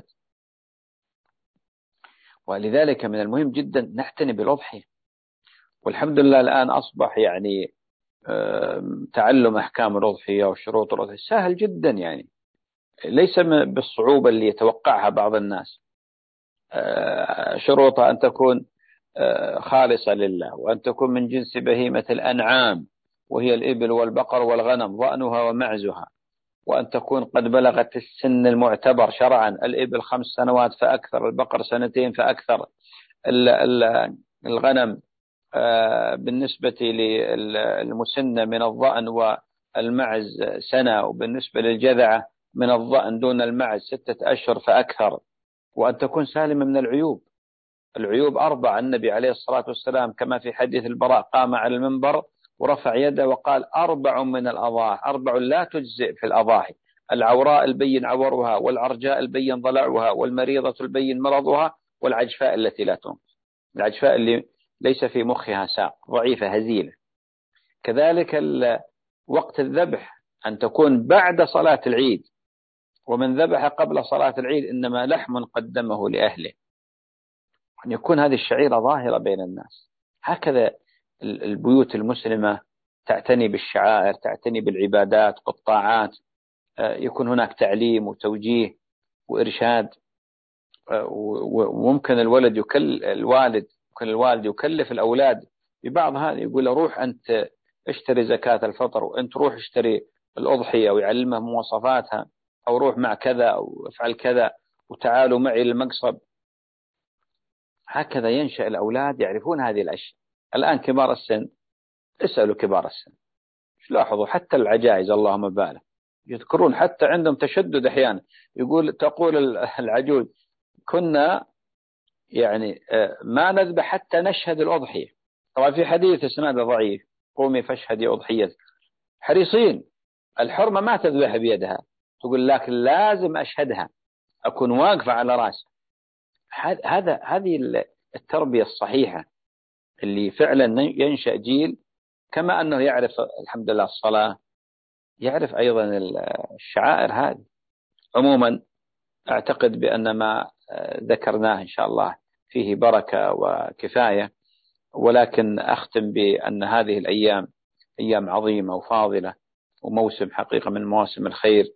ولذلك من المهم جدا نعتني بالأضحية. والحمد لله الآن أصبح يعني تعلم أحكام الأضحية وشروط الأضحية سهل جدا، يعني ليس بالصعوبة اللي يتوقعها بعض الناس. شروطها أن تكون خالصة لله، وأن تكون من جنس بهيمة الأنعام وهي الإبل والبقر والغنم ضأنها ومعزها، وأن تكون قد بلغت السن المعتبر شرعا، الإبل خمس سنوات فأكثر، البقر سنتين فأكثر، الغنم بالنسبة للمسنة من الضأن والمعز سنة، وبالنسبة للجذعة من الضأن دون المعز ستة أشهر فأكثر، وأن تكون سالمة من العيوب. العيوب أربع. النبي عليه الصلاة والسلام كما في حديث البراء قام على المنبر ورفع يده وقال: أربع من الأضاحي، أربع لا تجزئ في الأضاحي: العوراء البين عورها، والعرجاء البين ضلعها، والمريضة البين مرضها، والعجفاء التي لا تنقص. العجفاء اللي ليس في مخها ساق، ضعيفة هزيلة. كذلك وقت الذبح أن تكون بعد صلاة العيد، ومن ذبح قبل صلاة العيد إنما لحم قدمه لأهله، أن يكون هذه الشعيرة ظاهرة بين الناس. هكذا البيوت المسلمة تعتني بالشعائر، تعتني بالعبادات والطاعات، يكون هناك تعليم وتوجيه وإرشاد. وممكن الولد يكل الوالد ممكن الوالد يكلف الأولاد ببعض هذا، يقول له روح أنت اشتري زكاة الفطر، وأنت روح اشتري الأضحية، ويعلمه مواصفاتها، أو روح مع كذا أو افعل كذا، وتعالوا معي للمقصد. هكذا ينشأ الأولاد يعرفون هذه الأشياء. الآن كبار السن، اسألوا كبار السن، لاحظوا حتى العجائز اللهم بارك يذكرون حتى عندهم تشدد أحيانا. يقول تقول العجوز كنا يعني ما نذبح حتى نشهد الأضحية. طبعا في حديث اسناده ضعيف، قومي فاشهدي أضحية. حريصين، الحرمة ما تذبح بيدها، تقول لكن لازم أشهدها، أكون واقفة على رأسها. هذا هذه التربية الصحيحة اللي فعلا ينشأ جيل كما أنه يعرف الحمد لله الصلاة، يعرف أيضا الشعائر هذه. عموما أعتقد بأن ما ذكرناه إن شاء الله فيه بركة وكفاية، ولكن أختم بأن هذه الأيام أيام عظيمة وفاضلة، وموسم حقيقة من مواسم الخير،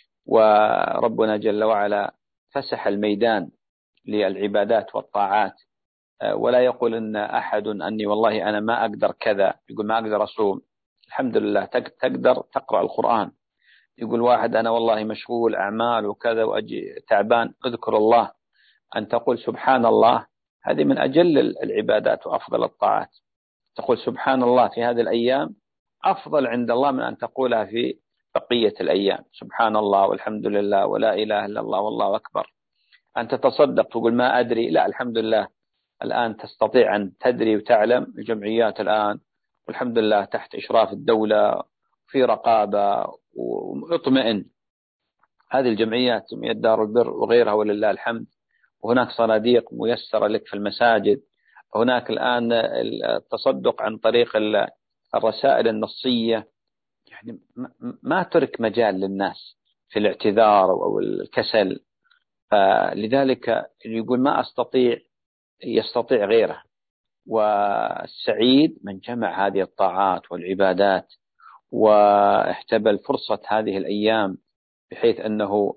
وربنا جل وعلا فسح الميدان للعبادات والطاعات. ولا يقول أن أحد أني والله أنا ما أقدر كذا، يقول ما أقدر أصوم، الحمد لله تقدر تقرأ القرآن. يقول واحد أنا والله مشغول أعمال وكذا وأجي تعبان، اذكر الله. أن تقول سبحان الله، هذه من أجل العبادات وأفضل الطاعات. تقول سبحان الله في هذه الأيام أفضل عند الله من أن تقولها في بقية الأيام. سبحان الله والحمد لله ولا إله إلا الله والله أكبر. أن تتصدق تقول ما أدري، لا الحمد لله الآن تستطيع أن تدري وتعلم. الجمعيات الآن والحمد لله تحت إشراف الدولة في رقابة واطمئن. هذه الجمعيات جمعية دار البر وغيرها ولله الحمد، وهناك صناديق ميسرة لك في المساجد. هناك الآن التصدق عن طريق الرسائل النصية، يعني ما ترك مجال للناس في الاعتذار أو الكسل. فلذلك يقول ما أستطيع يستطيع غيره. والسعيد من جمع هذه الطاعات والعبادات واحتبل فرصة هذه الأيام بحيث أنه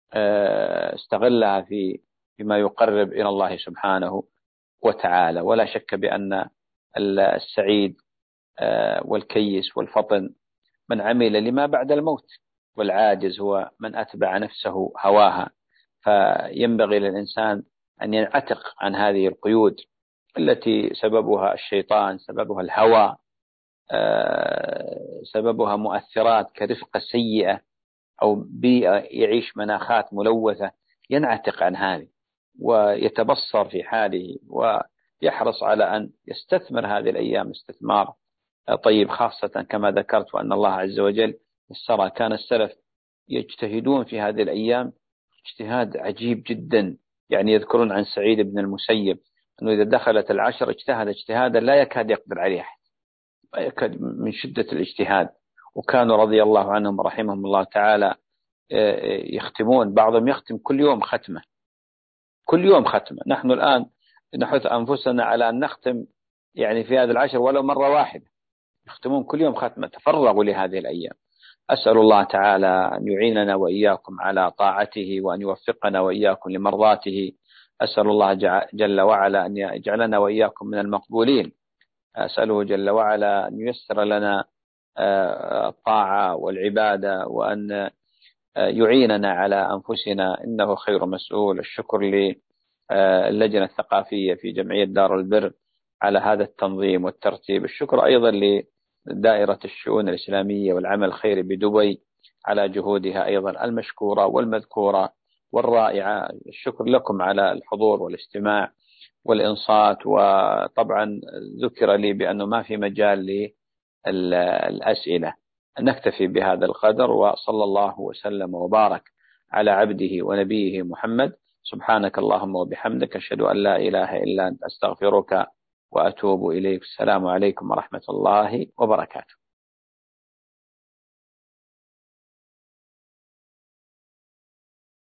استغلها في بما يقرب إلى الله سبحانه وتعالى. ولا شك بأن السعيد والكيس والفطن من عمل لما بعد الموت، والعاجز هو من أتبع نفسه هواها. فينبغي للإنسان أن ينعتق عن هذه القيود التي سببها الشيطان، سببها الهوى، سببها مؤثرات كرفقة سيئة أو بيئة يعيش مناخات ملوثة. ينعتق عن هذه ويتبصر في حاله، ويحرص على أن يستثمر هذه الأيام استثمار طيب، خاصة كما ذكرت وأن الله عز وجل يسرها. كان السلف يجتهدون في هذه الأيام اجتهاد عجيب جدا. يعني يذكرون عن سعيد بن المسيب أنه إذا دخلت العشر اجتهد اجتهادا لا يكاد يقدر عليه أحد، لا يكاد من شدة الاجتهاد. وكانوا رضي الله عنهم رحمهم الله تعالى يختمون، بعضهم يختم كل يوم ختمة، كل يوم ختمة. نحن الآن نحث أنفسنا على أن نختم يعني في هذه العشر ولو مرة واحدة، يختمون كل يوم ختمة. تفرغوا لهذه الأيام. أسأل الله تعالى أن يعيننا وإياكم على طاعته، وأن يوفقنا وإياكم لمرضاته. أسأل الله جل وعلا أن يجعلنا وإياكم من المقبولين. أسأله جل وعلا أن ييسر لنا الطاعة والعبادة، وأن يعيننا على أنفسنا، إنه خير مسؤول. الشكر للجنة الثقافية في جمعية دار البر على هذا التنظيم والترتيب. الشكر أيضا لدائرة الشؤون الإسلامية والعمل الخيري بدبي على جهودها أيضا المشكورة والمذكورة والرائعة. الشكر لكم على الحضور والاستماع والإنصات. وطبعا ذكر لي بأنه ما في مجال للأسئلة. نكتفي بهذا القدر، وصلى الله وسلم وبارك على عبده ونبيه محمد. سبحانك اللهم وبحمدك، أشهد أن لا إله إلا أنت، أستغفرك وأتوب إليك. السلام عليكم ورحمة الله وبركاته.